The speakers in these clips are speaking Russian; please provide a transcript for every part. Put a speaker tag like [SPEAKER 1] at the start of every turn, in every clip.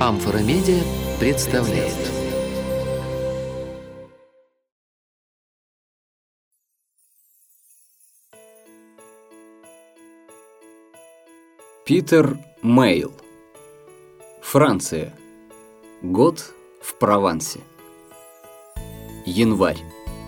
[SPEAKER 1] Амфора Медиа представляет.
[SPEAKER 2] Питер Мейл. Франция. Год в Провансе. Январь.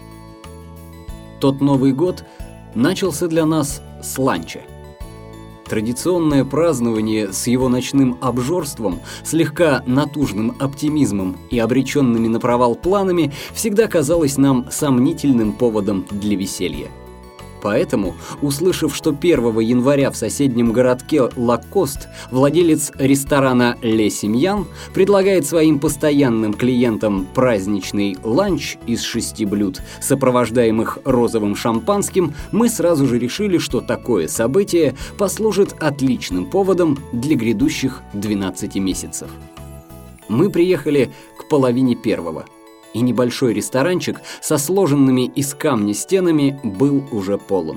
[SPEAKER 2] Тот Новый год начался для нас с ланча. Традиционное празднование с его ночным обжорством, слегка натужным оптимизмом и обреченными на провал планами всегда казалось нам сомнительным поводом для веселья. Поэтому, услышав, что 1 января в соседнем городке Лакост владелец ресторана «Ле Симьян» предлагает своим постоянным клиентам праздничный ланч из 6 блюд, сопровождаемых розовым шампанским, мы сразу же решили, что такое событие послужит отличным поводом для грядущих 12 месяцев. Мы приехали к половине первого. И небольшой ресторанчик со сложенными из камня стенами был уже полон.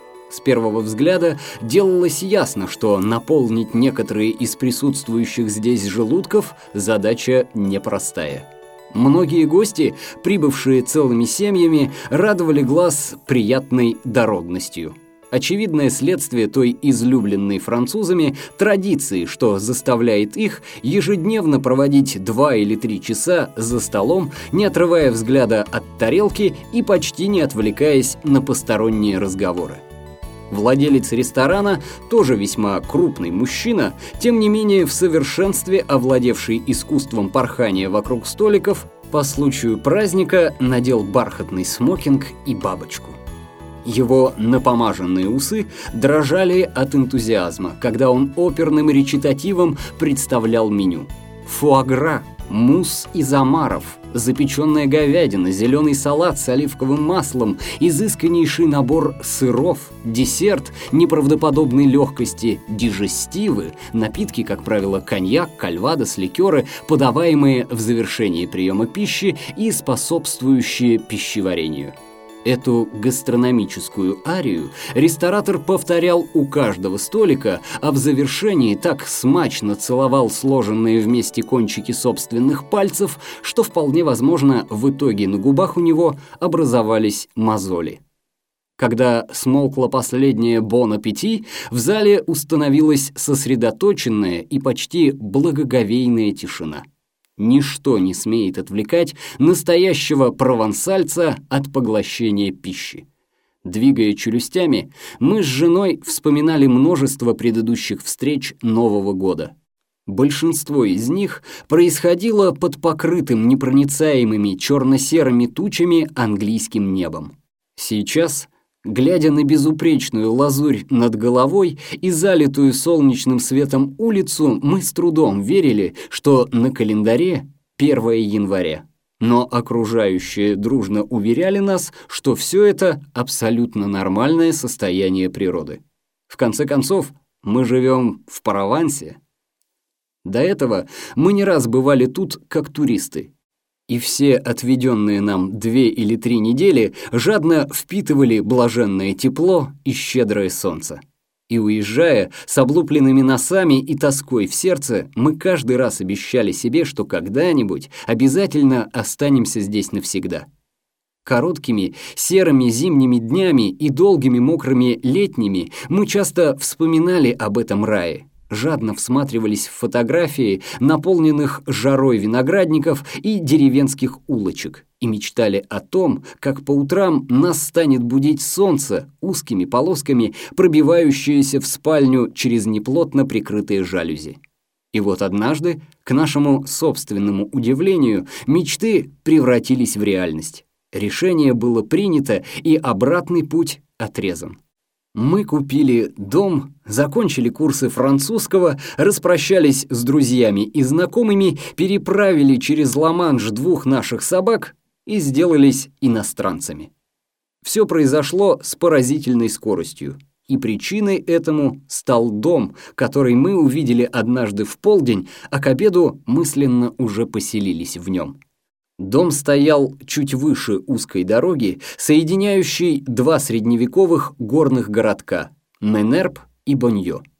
[SPEAKER 2] С первого взгляда делалось ясно, что наполнить некоторые из присутствующих здесь желудков задача непростая. Многие гости, прибывшие целыми семьями, радовали глаз приятной дородностью. Очевидное следствие той излюбленной французами традиции, что заставляет их ежедневно проводить 2 или 3 часа за столом, не отрывая взгляда от тарелки и почти не отвлекаясь на посторонние разговоры. Владелец ресторана, тоже весьма крупный мужчина, тем не менее в совершенстве овладевший искусством порхания вокруг столиков, по случаю праздника надел бархатный смокинг и бабочку. Его напомаженные усы дрожали от энтузиазма, когда он оперным речитативом представлял меню. Фуагра, мусс из омаров, запеченная говядина, зеленый салат с оливковым маслом, изысканнейший набор сыров, десерт неправдоподобной легкости, дижестивы, напитки, как правило, коньяк, кальвадос, ликеры, подаваемые в завершении приема пищи и способствующие пищеварению. Эту гастрономическую арию ресторатор повторял у каждого столика, а в завершении так смачно целовал сложенные вместе кончики собственных пальцев, что вполне возможно в итоге на губах у него образовались мозоли. Когда смолкла последняя «Бон аппетит», в зале установилась сосредоточенная и почти благоговейная тишина. Ничто не смеет отвлекать настоящего провансальца от поглощения пищи. Двигая челюстями, мы с женой вспоминали множество предыдущих встреч Нового года. Большинство из них происходило под покрытым непроницаемыми черно-серыми тучами английским небом. Сейчас, глядя на безупречную лазурь над головой и залитую солнечным светом улицу, мы с трудом верили, что на календаре 1 января. Но окружающие дружно уверяли нас, что все это абсолютно нормальное состояние природы. В конце концов, мы живем в Провансе. До этого мы не раз бывали тут как туристы. И все отведенные нам 2 или 3 недели жадно впитывали блаженное тепло и щедрое солнце. И уезжая с облупленными носами и тоской в сердце, мы каждый раз обещали себе, что когда-нибудь обязательно останемся здесь навсегда. Короткими серыми зимними днями и долгими мокрыми летними мы часто вспоминали об этом рае. Жадно всматривались в фотографии наполненных жарой виноградников и деревенских улочек и мечтали о том, как по утрам нас станет будить солнце узкими полосками, пробивающееся в спальню через неплотно прикрытые жалюзи. И вот однажды, к нашему собственному удивлению, мечты превратились в реальность. Решение было принято, и обратный путь отрезан. Мы купили дом, закончили курсы французского, распрощались с друзьями и знакомыми, переправили через Ла-Манш 2 наших собак и сделались иностранцами. Все произошло с поразительной скоростью, и причиной этому стал дом, который мы увидели однажды в полдень, а к обеду мысленно уже поселились в нем. Дом стоял чуть выше узкой дороги, соединяющей 2 средневековых горных городка – Менерб и Боньо.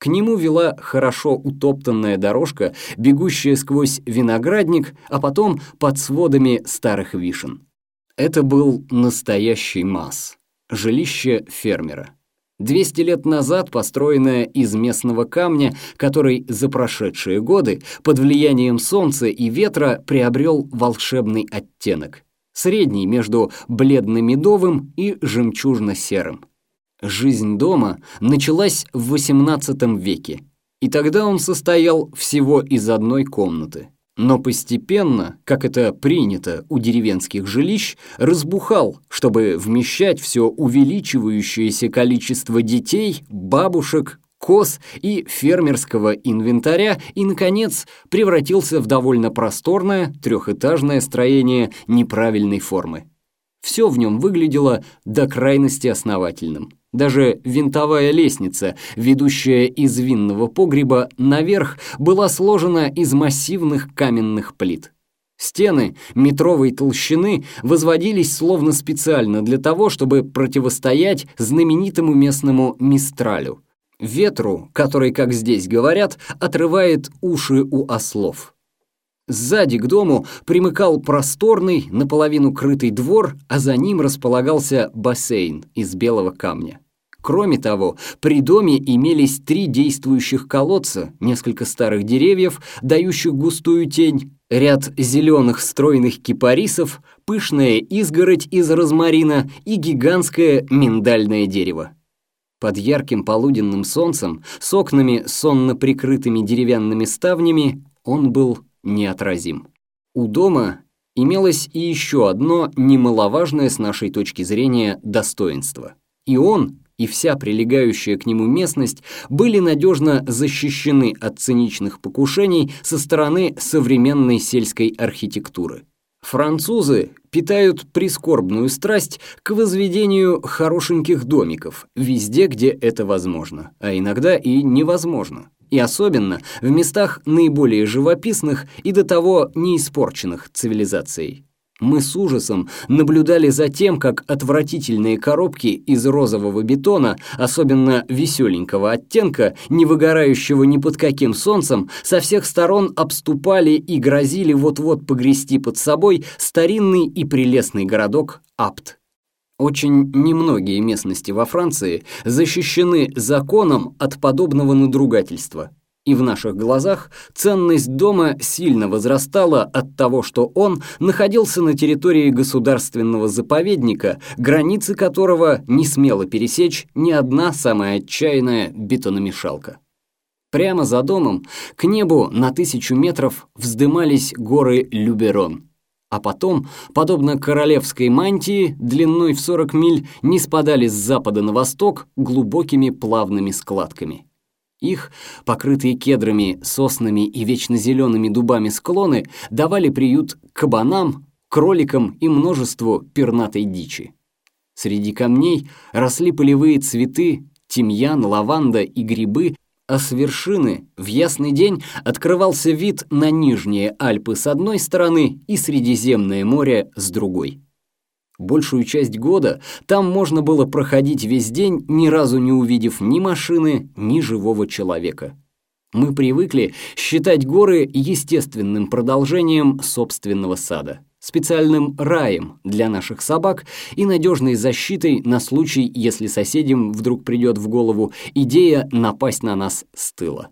[SPEAKER 2] К нему вела хорошо утоптанная дорожка, бегущая сквозь виноградник, а потом под сводами старых вишен. Это был настоящий Масс, жилище фермера. 200 лет назад построенное из местного камня, который за прошедшие годы под влиянием солнца и ветра приобрел волшебный оттенок, средний между бледно-медовым и жемчужно-серым. Жизнь дома началась в XVIII веке, и тогда он состоял всего из одной комнаты. Но постепенно, как это принято у деревенских жилищ, разбухал, чтобы вмещать все увеличивающееся количество детей, бабушек, коз и фермерского инвентаря и, наконец, превратился в довольно просторное трехэтажное строение неправильной формы. Все в нем выглядело до крайности основательным. Даже винтовая лестница, ведущая из винного погреба наверх, была сложена из массивных каменных плит. Стены метровой толщины возводились словно специально для того, чтобы противостоять знаменитому местному мистралю, ветру, который, как здесь говорят, отрывает уши у ослов. Сзади к дому примыкал просторный, наполовину крытый двор, а за ним располагался бассейн из белого камня. Кроме того, при доме имелись 3 действующих колодца, несколько старых деревьев, дающих густую тень, ряд зеленых стройных кипарисов, пышная изгородь из розмарина и гигантское миндальное дерево. Под ярким полуденным солнцем, с окнами сонно прикрытыми деревянными ставнями, он был неотразим. У дома имелось и еще одно немаловажное с нашей точки зрения достоинство. И он, и вся прилегающая к нему местность были надежно защищены от циничных покушений со стороны современной сельской архитектуры. Французы питают прискорбную страсть к возведению хорошеньких домиков везде, где это возможно, а иногда и невозможно. И особенно в местах наиболее живописных и до того не испорченных цивилизацией. Мы с ужасом наблюдали за тем, как отвратительные коробки из розового бетона, особенно веселенького оттенка, не выгорающего ни под каким солнцем, со всех сторон обступали и грозили вот-вот погрести под собой старинный и прелестный городок Апт. Очень немногие местности во Франции защищены законом от подобного надругательства. И в наших глазах ценность дома сильно возрастала от того, что он находился на территории государственного заповедника, границы которого не смела пересечь ни одна самая отчаянная бетономешалка. Прямо за домом к небу на 1000 метров вздымались горы Люберон. А потом, подобно королевской мантии, длиной в 40 миль, не спадали с запада на восток глубокими плавными складками. Их, покрытые кедрами, соснами и вечно зелеными дубами склоны, давали приют кабанам, кроликам и множеству пернатой дичи. Среди камней росли полевые цветы, тимьян, лаванда и грибы, а с вершины в ясный день открывался вид на Нижние Альпы с одной стороны и Средиземное море с другой. Большую часть года там можно было проходить весь день, ни разу не увидев ни машины, ни живого человека. Мы привыкли считать горы естественным продолжением собственного сада, специальным раем для наших собак и надежной защитой на случай, если соседям вдруг придет в голову идея напасть на нас с тыла.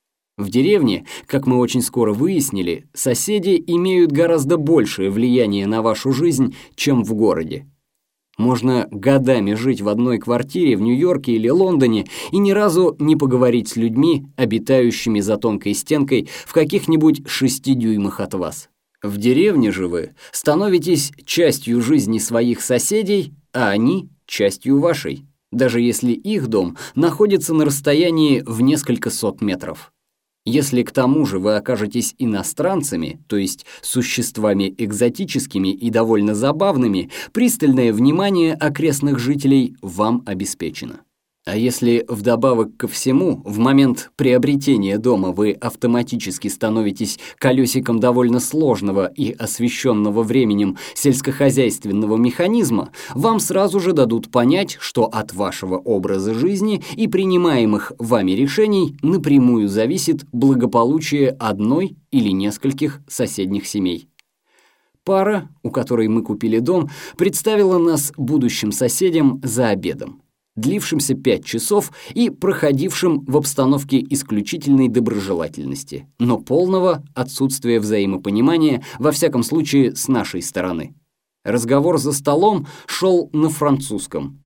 [SPEAKER 2] В деревне, как мы очень скоро выяснили, соседи имеют гораздо большее влияние на вашу жизнь, чем в городе. Можно годами жить в одной квартире в Нью-Йорке или Лондоне и ни разу не поговорить с людьми, обитающими за тонкой стенкой в каких-нибудь 6 дюймах от вас. В деревне же вы становитесь частью жизни своих соседей, а они – частью вашей, даже если их дом находится на расстоянии в несколько сот метров. Если к тому же вы окажетесь иностранцами, то есть существами экзотическими и довольно забавными, пристальное внимание окрестных жителей вам обеспечено. А если вдобавок ко всему, в момент приобретения дома вы автоматически становитесь колесиком довольно сложного и освещенного временем сельскохозяйственного механизма, вам сразу же дадут понять, что от вашего образа жизни и принимаемых вами решений напрямую зависит благополучие одной или нескольких соседних семей. Пара, у которой мы купили дом, представила нас будущим соседям за обедом, длившимся 5 часов и проходившим в обстановке исключительной доброжелательности, но полного отсутствия взаимопонимания, во всяком случае, с нашей стороны. Разговор за столом шел на французском,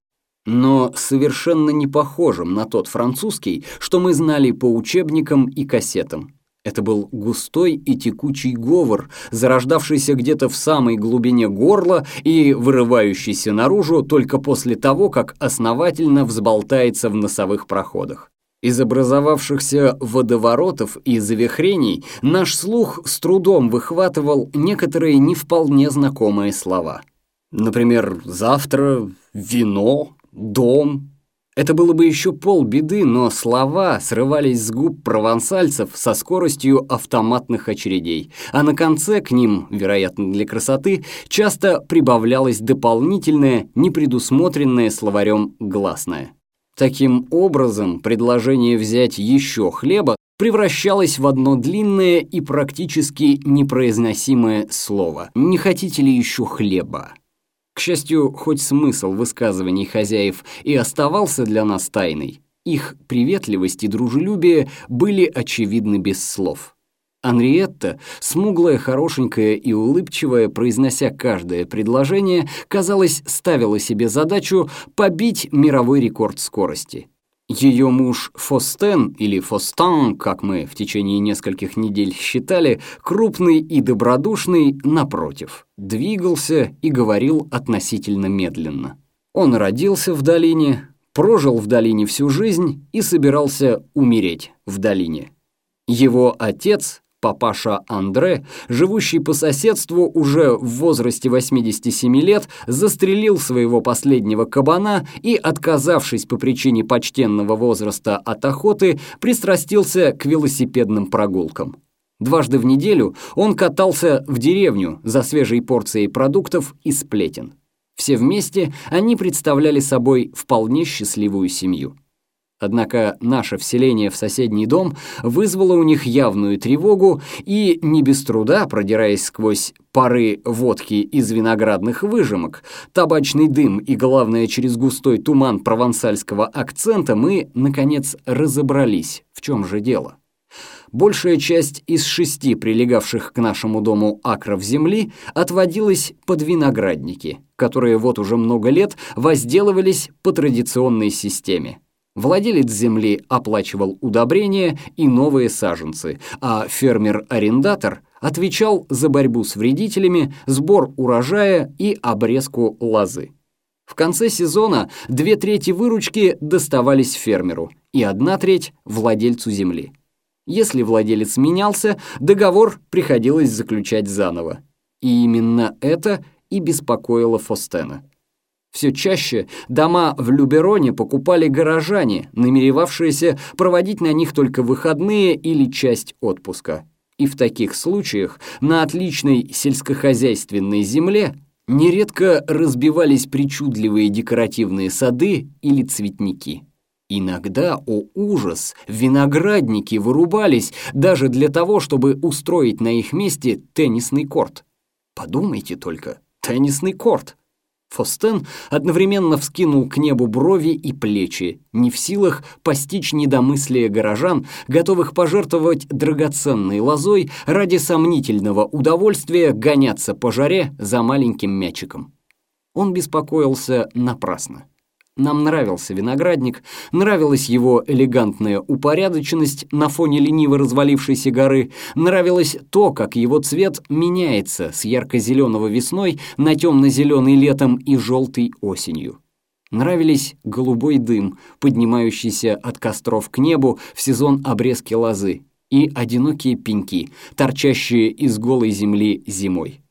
[SPEAKER 2] но совершенно не похожим на тот французский, что мы знали по учебникам и кассетам. Это был густой и текучий говор, зарождавшийся где-то в самой глубине горла и вырывающийся наружу только после того, как основательно взболтается в носовых проходах. Из образовавшихся водоворотов и завихрений наш слух с трудом выхватывал некоторые не вполне знакомые слова. Например, «завтра», «вино», «дом». Это было бы еще полбеды, но слова срывались с губ провансальцев со скоростью автоматных очередей, а на конце к ним, вероятно для красоты, часто прибавлялось дополнительное, непредусмотренное словарем гласное. Таким образом, предложение взять еще хлеба превращалось в одно длинное и практически непроизносимое слово. «Не хотите ли еще хлеба?» К счастью, хоть смысл высказываний хозяев и оставался для нас тайной, их приветливость и дружелюбие были очевидны без слов. Анриетта, смуглая, хорошенькая и улыбчивая, произнося каждое предложение, казалось, ставила себе задачу побить мировой рекорд скорости. Ее муж Фостен, или Фостан, как мы в течение нескольких недель считали, крупный и добродушный, напротив, двигался и говорил относительно медленно. Он родился в долине, прожил в долине всю жизнь и собирался умереть в долине. Его отец, папаша Андре, живущий по соседству уже в возрасте 87 лет, застрелил своего последнего кабана и, отказавшись по причине почтенного возраста от охоты, пристрастился к велосипедным прогулкам. Дважды в неделю он катался в деревню за свежей порцией продуктов и сплетен. Все вместе они представляли собой вполне счастливую семью. Однако наше вселение в соседний дом вызвало у них явную тревогу, и не без труда, продираясь сквозь пары водки из виноградных выжимок, табачный дым и, главное, через густой туман провансальского акцента, мы, наконец, разобрались, в чем же дело. Большая часть из 6 прилегавших к нашему дому акров земли отводилась под виноградники, которые вот уже много лет возделывались по традиционной системе. Владелец земли оплачивал удобрения и новые саженцы, а фермер-арендатор отвечал за борьбу с вредителями, сбор урожая и обрезку лозы. В конце сезона 2/3 выручки доставались фермеру и 1/3 владельцу земли. Если владелец менялся, договор приходилось заключать заново. И именно это и беспокоило Фостена. Все чаще дома в Любероне покупали горожане, намеревавшиеся проводить на них только выходные или часть отпуска. И в таких случаях на отличной сельскохозяйственной земле нередко разбивались причудливые декоративные сады или цветники. Иногда, о ужас, виноградники вырубались даже для того, чтобы устроить на их месте теннисный корт. Подумайте только, теннисный корт! Фостен одновременно вскинул к небу брови и плечи, не в силах постичь недомыслие горожан, готовых пожертвовать драгоценной лозой ради сомнительного удовольствия гоняться по жаре за маленьким мячиком. Он беспокоился напрасно. Нам нравился виноградник, нравилась его элегантная упорядоченность на фоне лениво развалившейся горы, нравилось то, как его цвет меняется с ярко-зеленого весной на темно-зеленый летом и желтый осенью. Нравились голубой дым, поднимающийся от костров к небу в сезон обрезки лозы, и одинокие пеньки, торчащие из голой земли зимой.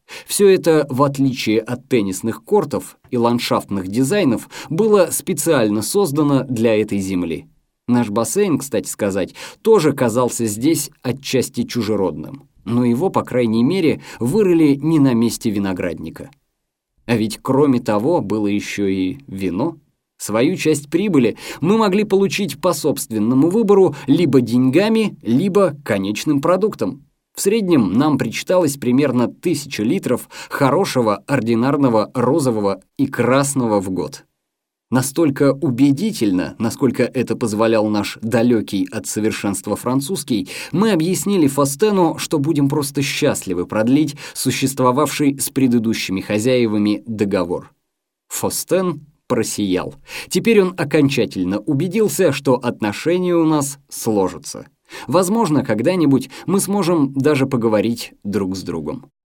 [SPEAKER 2] Все это, в отличие от теннисных кортов и ландшафтных дизайнов, было специально создано для этой земли. Наш бассейн, кстати сказать, тоже казался здесь отчасти чужеродным, но его, по крайней мере, вырыли не на месте виноградника. А ведь кроме того было еще и вино. Свою часть прибыли мы могли получить по собственному выбору либо деньгами, либо конечным продуктом. В среднем нам причиталось примерно 1000 литров хорошего ординарного розового и красного в год. Настолько убедительно, насколько это позволял наш далекий от совершенства французский, мы объяснили Фостену, что будем просто счастливы продлить существовавший с предыдущими хозяевами договор. Фостен просиял. Теперь он окончательно убедился, что отношения у нас сложатся. Возможно, когда-нибудь мы сможем даже поговорить друг с другом.